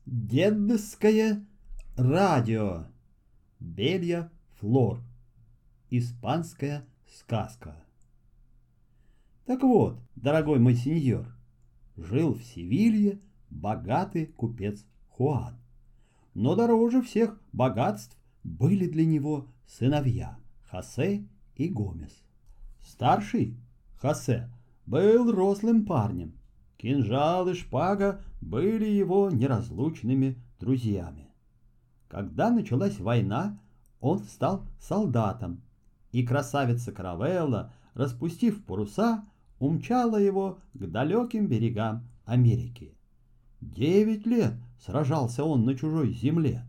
Дедское радио. Белья Флор. Испанская сказка. Так вот, дорогой мой сеньор, жил в Севилье богатый купец Хуан. Но дороже всех богатств были для него сыновья Хосе и Гомес. Старший, Хосе, был рослым парнем. Кинжал и шпага были его неразлучными друзьями. Когда началась война, он стал солдатом, и красавица Каравелла, распустив паруса, умчала его к далеким берегам Америки. 9 лет сражался он на чужой земле.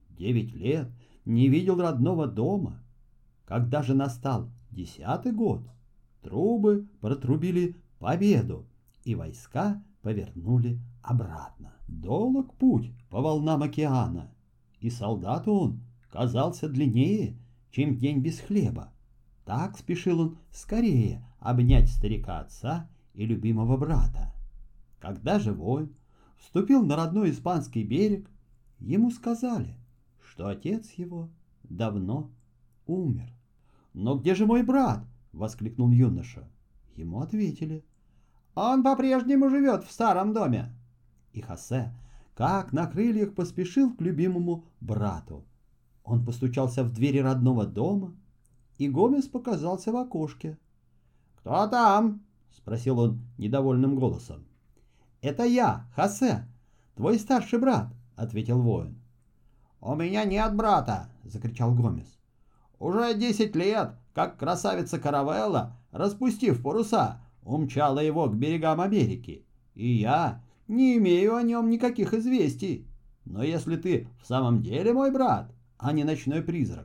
9 лет не видел родного дома. Когда же настал 10-й год, трубы протрубили победу, и войска повернули обратно. Долг путь по волнам океана, и солдату он казался длиннее, чем день без хлеба. Так спешил он скорее обнять старика отца и любимого брата. Когда же воин вступил на родной испанский берег, ему сказали, что отец его давно умер. «Но где же мой брат?» — воскликнул юноша. Ему ответили: «Он по-прежнему живет в старом доме». И Хосе, как на крыльях, поспешил к любимому брату. Он постучался в двери родного дома, и Гомес показался в окошке. «Кто там?» — спросил он недовольным голосом. «Это я, Хосе, твой старший брат», — ответил воин. «У меня нет брата!» — закричал Гомес. «Уже 10 лет, как красавица Каравелла, распустив паруса, умчала его к берегам Америки, и я не имею о нем никаких известий. Но если ты в самом деле мой брат, а не ночной призрак,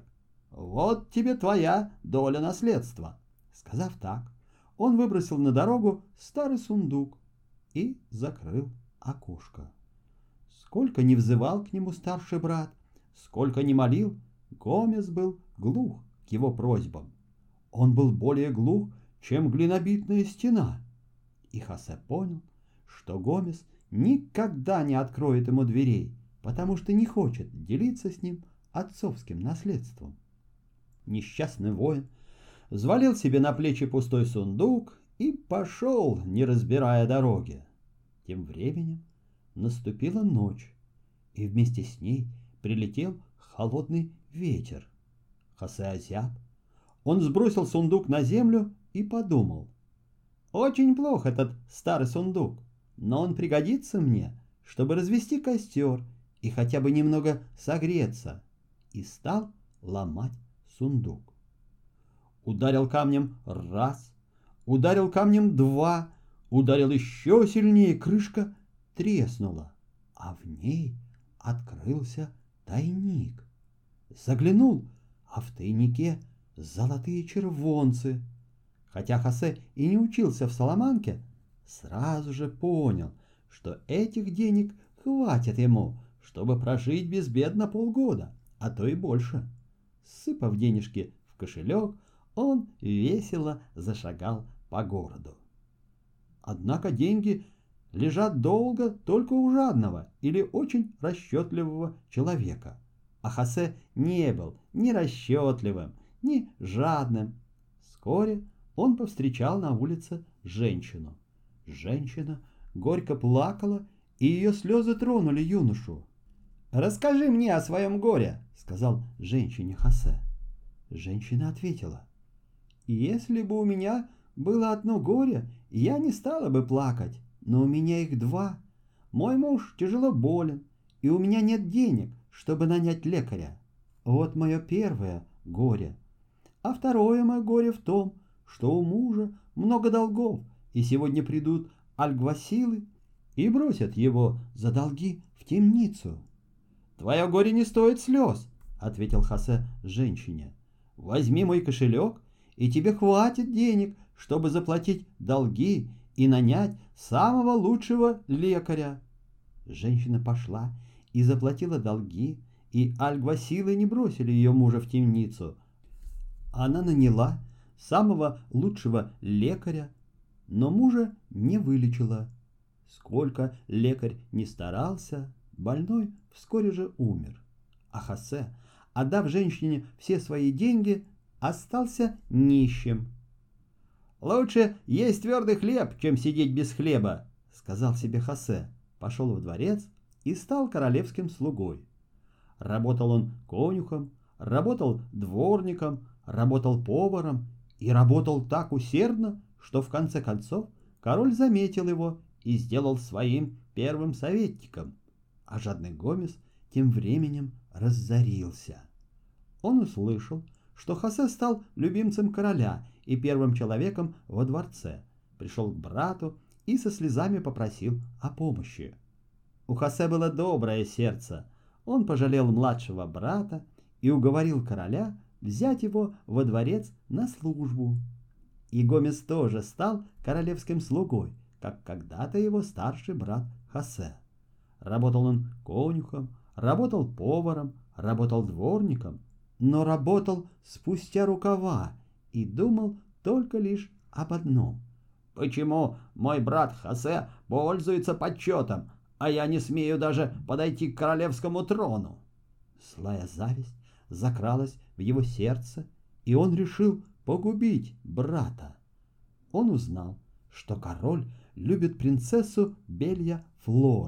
вот тебе твоя доля наследства». Сказав так, он выбросил на дорогу старый сундук и закрыл окошко. Сколько ни взывал к нему старший брат, сколько ни молил, Гомес был глух к его просьбам. Он был более глух, чем глинобитная стена. И Хосе понял, что Гомес никогда не откроет ему дверей, потому что не хочет делиться с ним отцовским наследством. Несчастный воин взвалил себе на плечи пустой сундук и пошел, не разбирая дороги. Тем временем наступила ночь, и вместе с ней прилетел холодный ветер. Хосе озяб. Он сбросил сундук на землю и подумал: «Очень плох этот старый сундук, но он пригодится мне, чтобы развести костер и хотя бы немного согреться», и стал ломать сундук. Ударил камнем раз, ударил камнем два, ударил еще сильнее, крышка треснула, а в ней открылся тайник. Заглянул, а в тайнике золотые червонцы. Хотя Хосе и не учился в Саламанке, сразу же понял, что этих денег хватит ему, чтобы прожить безбедно полгода, а то и больше. Сыпав денежки в кошелек, он весело зашагал по городу. Однако деньги лежат долго только у жадного или очень расчетливого человека. А Хосе не был ни расчетливым, ни жадным. Вскоре он повстречал на улице женщину. Женщина горько плакала, и ее слезы тронули юношу. «Расскажи мне о своем горе», — сказал женщине Хосе. Женщина ответила: «Если бы у меня было одно горе, я не стала бы плакать, но у меня их два. Мой муж тяжело болен, и у меня нет денег, чтобы нанять лекаря. Вот мое первое горе. А второе мое горе в том, что у мужа много долгов, и сегодня придут альгвасилы и бросят его за долги в темницу». «Твое горе не стоит слез», — ответил Хосе женщине. «Возьми мой кошелек, и тебе хватит денег, чтобы заплатить долги и нанять самого лучшего лекаря». Женщина пошла и заплатила долги, и альгвасилы не бросили ее мужа в темницу. Она наняла самого лучшего лекаря, но мужа не вылечила. Сколько лекарь ни старался, Больной вскоре же умер, а Хосе, отдав женщине все свои деньги, остался нищим. «Лучше есть твердый хлеб, чем сидеть без хлеба», — сказал себе Хосе, пошел во дворец и стал королевским слугой. Работал он конюхом, работал дворником, работал поваром и работал так усердно, что в конце концов король заметил его и сделал своим первым советником, а жадный Гомес тем временем разорился. Он услышал, что Хосе стал любимцем короля и первым человеком во дворце, пришел к брату и со слезами попросил о помощи. У Хосе было доброе сердце, он пожалел младшего брата и уговорил короля взять его во дворец на службу. И Гомес тоже стал королевским слугой, как когда-то его старший брат Хосе. Работал он конюхом, работал поваром, работал дворником, но работал спустя рукава и думал только лишь об одном. Почему мой брат Хосе пользуется почетом, а я не смею даже подойти к королевскому трону? Злая зависть закралась в его сердце, и он решил погубить брата. Он узнал, что король любит принцессу Белья-Флор,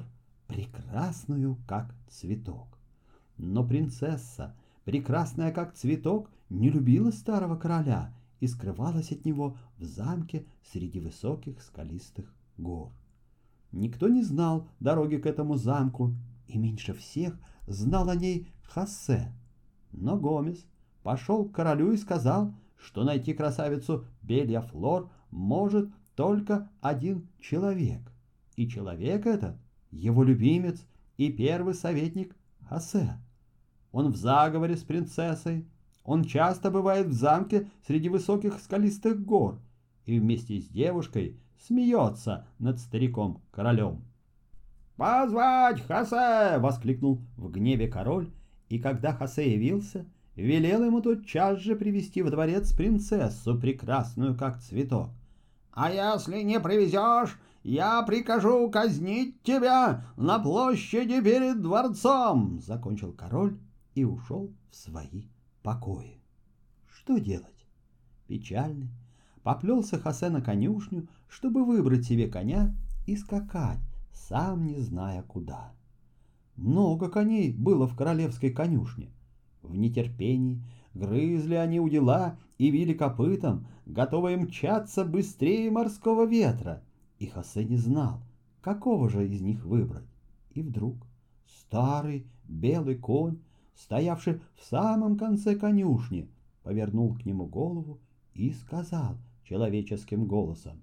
прекрасную как цветок. Но принцесса, прекрасная как цветок, не любила старого короля и скрывалась от него в замке среди высоких скалистых гор. Никто не знал дороги к этому замку, и меньше всех знал о ней Хосе. Но Гомес пошел к королю и сказал, что найти красавицу Белья-Флор может только один человек, и человек этот — его любимец и первый советник Хосе. Он в заговоре с принцессой, он часто бывает в замке среди высоких скалистых гор и вместе с девушкой смеется над стариком-королем. «Позвать Хосе!» — воскликнул в гневе король, и когда Хосе явился, велел ему тотчас же привести во дворец принцессу, прекрасную как цветок. «А если не привезешь, я прикажу казнить тебя на площади перед дворцом!» — закончил король и ушел в свои покои. Что делать? Печальный поплелся Хосе на конюшню, чтобы выбрать себе коня и скакать, сам не зная куда. Много коней было в королевской конюшне. В нетерпении грызли они удила и вили копытом, готовые мчаться быстрее морского ветра, и Хосе не знал, какого же из них выбрать. И вдруг старый белый конь, стоявший в самом конце конюшни, повернул к нему голову и сказал человеческим голосом: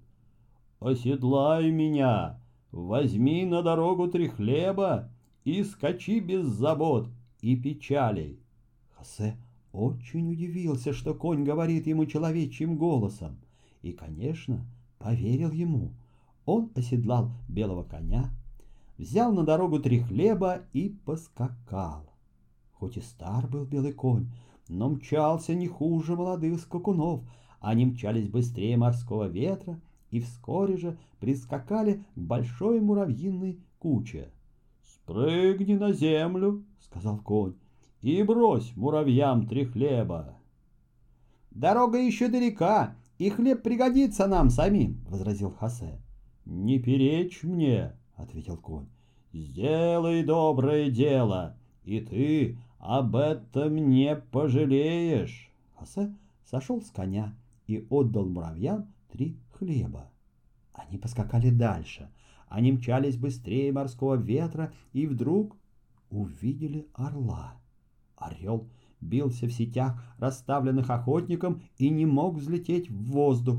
«Оседлай меня, возьми на дорогу 3 хлеба и скачи без забот и печалей». Хосе очень удивился, что конь говорит ему человечьим голосом, и, конечно, поверил ему. Он оседлал белого коня, взял на дорогу 3 хлеба и поскакал. Хоть и стар был белый конь, но мчался не хуже молодых скакунов. Они мчались быстрее морского ветра и вскоре же прискакали к большой муравьиной куче. «Спрыгни на землю, — сказал конь, — и брось муравьям 3 хлеба». «Дорога еще далека, и хлеб пригодится нам самим, — возразил Хосе. «Не перечь мне, — ответил конь, — сделай доброе дело, и ты об этом не пожалеешь». Хосе сошел с коня и отдал муравьям 3 хлеба. Они поскакали дальше. Они мчались быстрее морского ветра и вдруг увидели орла. Орел бился в сетях, расставленных охотником, и не мог взлететь в воздух.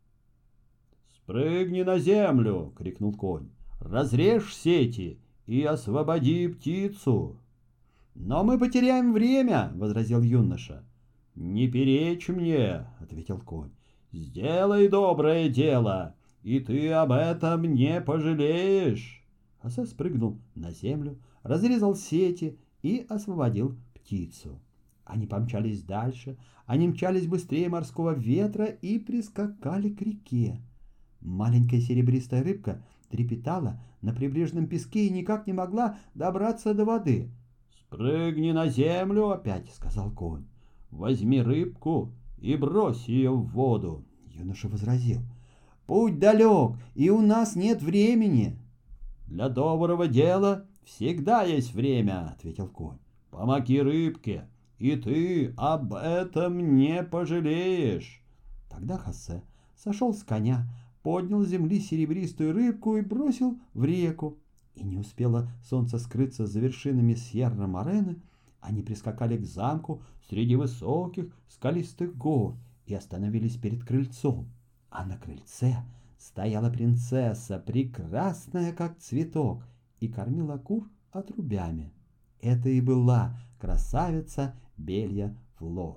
«Спрыгни на землю!» — крикнул конь. «Разрежь сети и освободи птицу!» «Но мы потеряем время!» — возразил юноша. «Не перечь мне!» — ответил конь. «Сделай доброе дело, и ты об этом не пожалеешь!» Хосе спрыгнул на землю, разрезал сети и освободил птицу. Они помчались дальше, они мчались быстрее морского ветра и прискакали к реке. Маленькая серебристая рыбка трепетала на прибрежном песке и никак не могла добраться до воды. «Спрыгни на землю опять», — сказал конь. «Возьми рыбку и брось ее в воду». Юноша возразил: «Путь далек, и у нас нет времени». «Для доброго дела всегда есть время», — ответил конь. «Помоги рыбке, и ты об этом не пожалеешь». Тогда Хосе сошел с коня, поднял с земли серебристую рыбку и бросил в реку. И не успело солнце скрыться за вершинами Сьерра-Морены, они прискакали к замку среди высоких скалистых гор и остановились перед крыльцом. А на крыльце стояла принцесса, прекрасная как цветок, и кормила кур отрубями. Это и была красавица Белья Флор.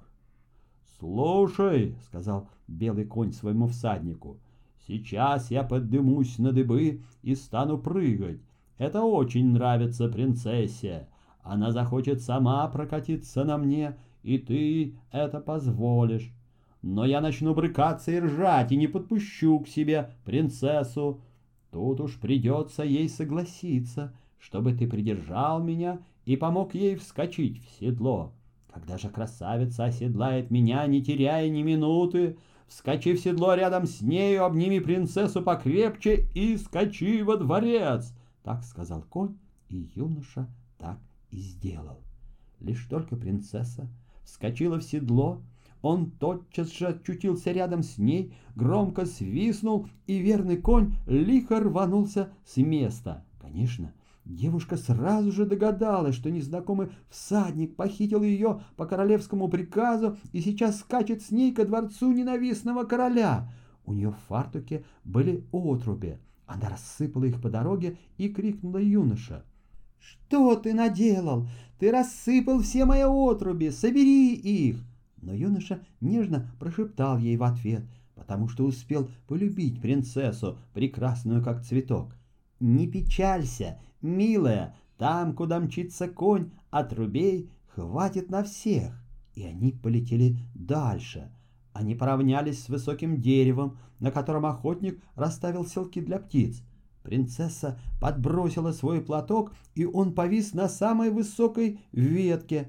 «Слушай», — сказал белый конь своему всаднику, — «сейчас я поднимусь на дыбы и стану прыгать. Это очень нравится принцессе. Она захочет сама прокатиться на мне, и ты это позволишь. Но я начну брыкаться и ржать, и не подпущу к себе принцессу. Тут уж придется ей согласиться, чтобы ты придержал меня и помог ей вскочить в седло. Когда же красавица оседлает меня, не теряя ни минуты, вскочи в седло рядом с нею, обними принцессу покрепче и скачи во дворец». Так сказал конь, и юноша так и сделал. Лишь только принцесса вскочила в седло, он тотчас же очутился рядом с ней, громко свистнул, и верный конь лихо рванулся с места. Конечно, девушка сразу же догадалась, что незнакомый всадник похитил ее по королевскому приказу и сейчас скачет с ней ко дворцу ненавистного короля. У нее в фартуке были отруби. Она рассыпала их по дороге и крикнула юноше: «Что ты наделал? Ты рассыпал все мои отруби, собери их!» Но юноша нежно прошептал ей в ответ, потому что успел полюбить принцессу, прекрасную как цветок: «Не печалься, милая, там, куда мчится конь, отрубей хватит на всех». И они полетели дальше. Они поравнялись с высоким деревом, на котором охотник расставил селки для птиц. Принцесса подбросила свой платок, и он повис на самой высокой ветке.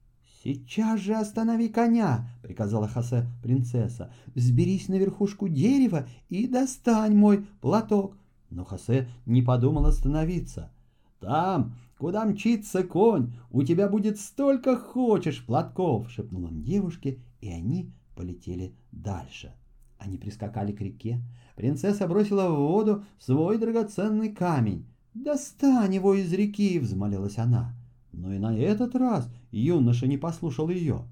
«Сейчас же останови коня», — приказала Хосе принцесса. «Взберись на верхушку дерева и достань мой платок». Но Хосе не подумал остановиться. «Там, куда мчится конь, у тебя будет столько хочешь платков», — шепнул он девушке, и они полетели дальше. Они прискакали к реке. Принцесса бросила в воду свой драгоценный камень. «Достань его из реки!» — взмолилась она. Но и на этот раз юноша не послушал ее.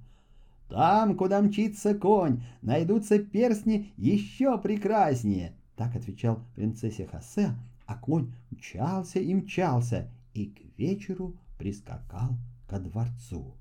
«Там, куда мчится конь, найдутся перстни еще прекраснее!» Так отвечал принцессе Хосе, а конь мчался и мчался, и к вечеру прискакал ко дворцу.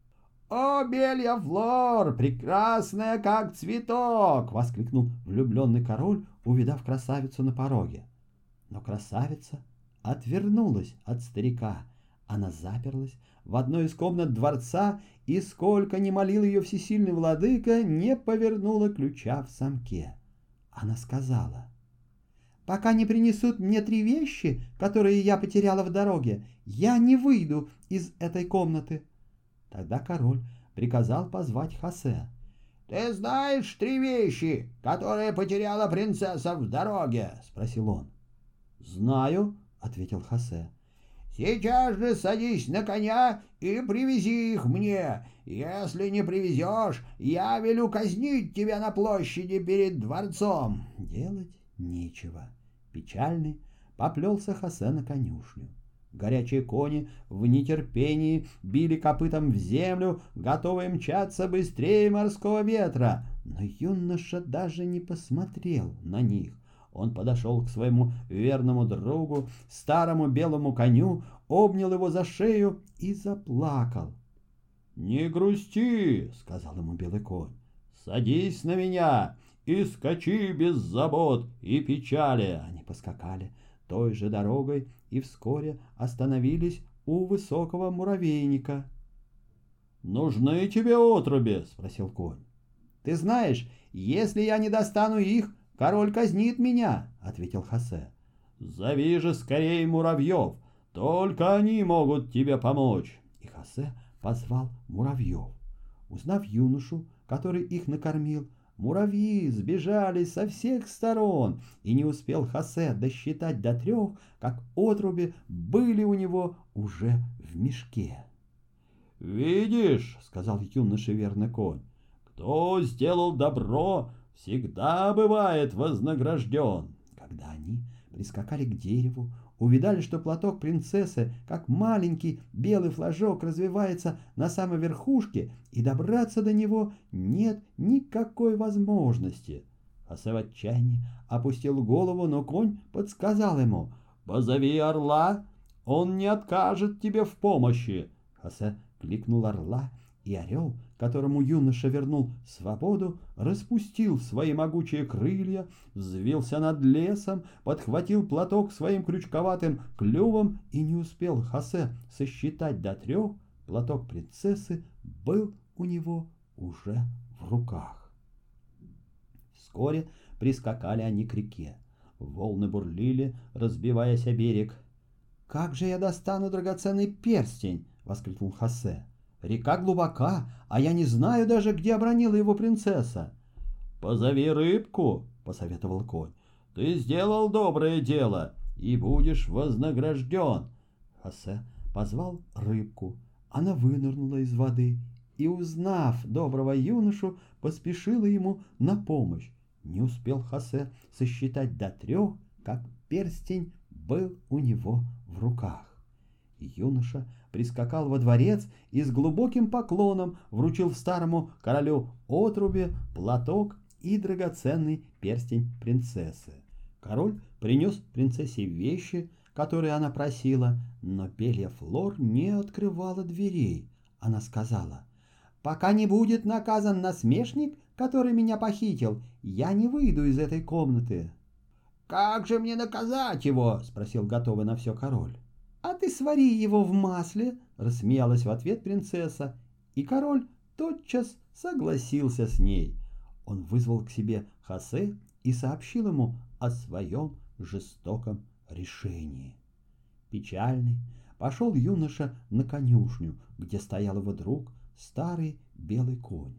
«О, Белья Флор, прекрасная как цветок!» — воскликнул влюбленный король, увидав красавицу на пороге. Но красавица отвернулась от старика. Она заперлась в одной из комнат дворца, и сколько ни молил ее всесильный владыка, не повернула ключа в замке. Она сказала: «Пока не принесут мне 3 вещи, которые я потеряла в дороге, я не выйду из этой комнаты». Тогда король приказал позвать Хосе. «Ты знаешь 3 вещи, которые потеряла принцесса в дороге?» — спросил он. «Знаю», — ответил Хосе. «Сейчас же садись на коня и привези их мне. Если не привезешь, я велю казнить тебя на площади перед дворцом». Делать нечего. Печальный поплелся Хосе на конюшню. Горячие кони в нетерпении били копытом в землю, готовые мчаться быстрее морского ветра. Но юноша даже не посмотрел на них. Он подошел к своему верному другу, старому белому коню, обнял его за шею и заплакал. «Не грусти», — сказал ему белый конь, — «садись на меня и скачи без забот и печали». Они поскакали той же дорогой и вскоре остановились у высокого муравейника. «Нужны тебе отруби?» — спросил конь. «Ты знаешь, если я не достану их, король казнит меня», — ответил Хосе. зови же скорее муравьев, только они могут тебе помочь. И Хосе позвал муравьев. Узнав юношу, который их накормил, муравьи сбежали со всех сторон, и не успел Хосе досчитать до 3, как отруби были у него уже в мешке. «Видишь, — сказал юноше верный конь, — кто сделал добро, всегда бывает вознагражден». Когда они прискакали к дереву, увидали, что платок принцессы, как маленький белый флажок, развивается на самой верхушке, и добраться до него нет никакой возможности. Хосе в отчаянии опустил голову, но конь подсказал ему: «Позови орла, он не откажет тебе в помощи». Хосе кликнул орла, и орел, которому юноша вернул свободу, распустил свои могучие крылья, взвился над лесом, подхватил платок своим крючковатым клювом, и не успел Хосе сосчитать до 3, платок принцессы был у него уже в руках. Вскоре прискакали они к реке. Волны бурлили, разбиваясь о берег. «Как же я достану драгоценный перстень?» — воскликнул Хосе. «Река глубока, а я не знаю даже, где обронила его принцесса». «Позови рыбку», — посоветовал конь. «Ты сделал доброе дело и будешь вознагражден». Хосе позвал рыбку. Она вынырнула из воды и, узнав доброго юношу, поспешила ему на помощь. Не успел Хосе сосчитать до 3, как перстень был у него в руках. Юноша прискакал во дворец и с глубоким поклоном вручил старому королю отруби платок и драгоценный перстень принцессы. Король принес принцессе вещи, которые она просила, но Белья Флор не открывала дверей. Она сказала: «Пока не будет наказан насмешник, который меня похитил, я не выйду из этой комнаты». «Как же мне наказать его?» — спросил готовый на все король. «А ты свари его в масле», — рассмеялась в ответ принцесса, и король тотчас согласился с ней. Он вызвал к себе Хосе и сообщил ему о своем жестоком решении. Печальный пошел юноша на конюшню, где стоял его друг, старый белый конь.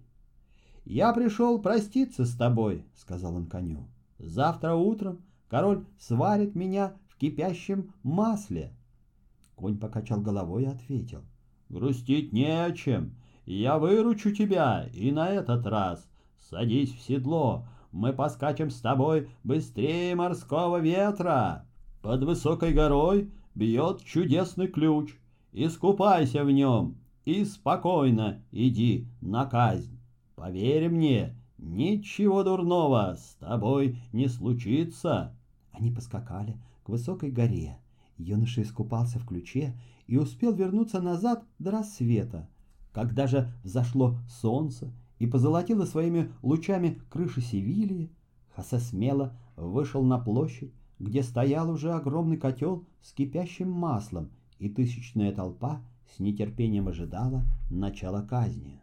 «Я пришел проститься с тобой», — сказал он коню. «Завтра утром король сварит меня в кипящем масле». Конь покачал головой и ответил: «Грустить не о чем. Я выручу тебя и на этот раз. Садись в седло, мы поскачем с тобой быстрее морского ветра. Под высокой горой бьет чудесный ключ. Искупайся в нем и спокойно иди на казнь. Поверь мне, ничего дурного с тобой не случится». Они поскакали к высокой горе. Юноша искупался в ключе и успел вернуться назад до рассвета. Когда же взошло солнце и позолотило своими лучами крыши Севильи, Хосе смело вышел на площадь, где стоял уже огромный котел с кипящим маслом, и тысячная толпа с нетерпением ожидала начала казни.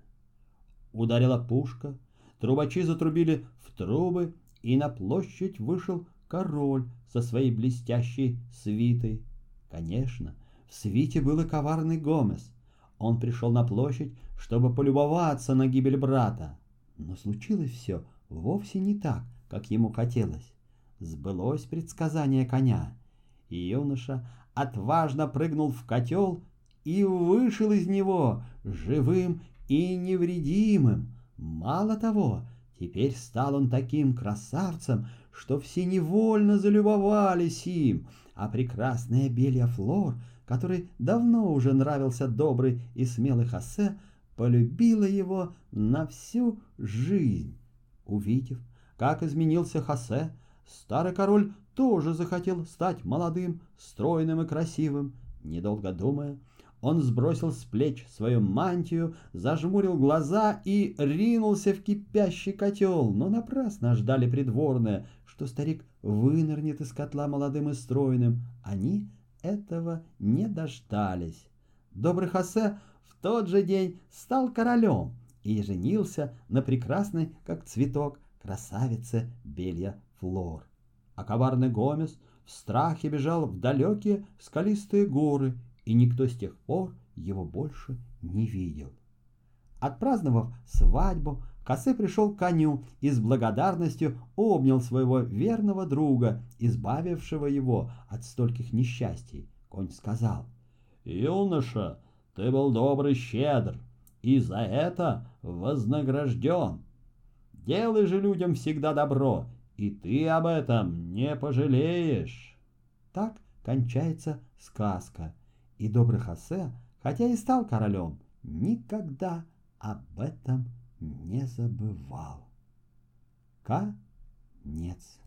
Ударила пушка, трубачи затрубили в трубы, и на площадь вышел король со своей блестящей свитой. Конечно, в свите был и коварный Гомес. Он пришел на площадь, чтобы полюбоваться на гибель брата. Но случилось все вовсе не так, как ему хотелось. Сбылось предсказание коня, и юноша отважно прыгнул в котел и вышел из него живым и невредимым. Мало того, теперь стал он таким красавцем, что все невольно залюбовались им, а прекрасная Белья Флор, которой давно уже нравился добрый и смелый Хосе, полюбила его на всю жизнь. Увидев, как изменился Хосе, старый король тоже захотел стать молодым, стройным и красивым. Недолго думая, он сбросил с плеч свою мантию, зажмурил глаза и ринулся в кипящий котел. Но напрасно ждали придворные, что старик вынырнет из котла молодым и стройным. Они этого не дождались. Добрый Хосе в тот же день стал королем и женился на прекрасной, как цветок, красавице Белья Флор. А коварный Гомес в страхе бежал в далекие скалистые горы, и никто с тех пор его больше не видел. Отпраздновав свадьбу, Хосе пришел к коню и с благодарностью обнял своего верного друга, избавившего его от стольких несчастий. Конь сказал: «Юноша, ты был добр и щедр, и за это вознагражден. Делай же людям всегда добро, и ты об этом не пожалеешь». Так кончается сказка, и добрый Хосе, хотя и стал королем, никогда об этом не забывал. Конец.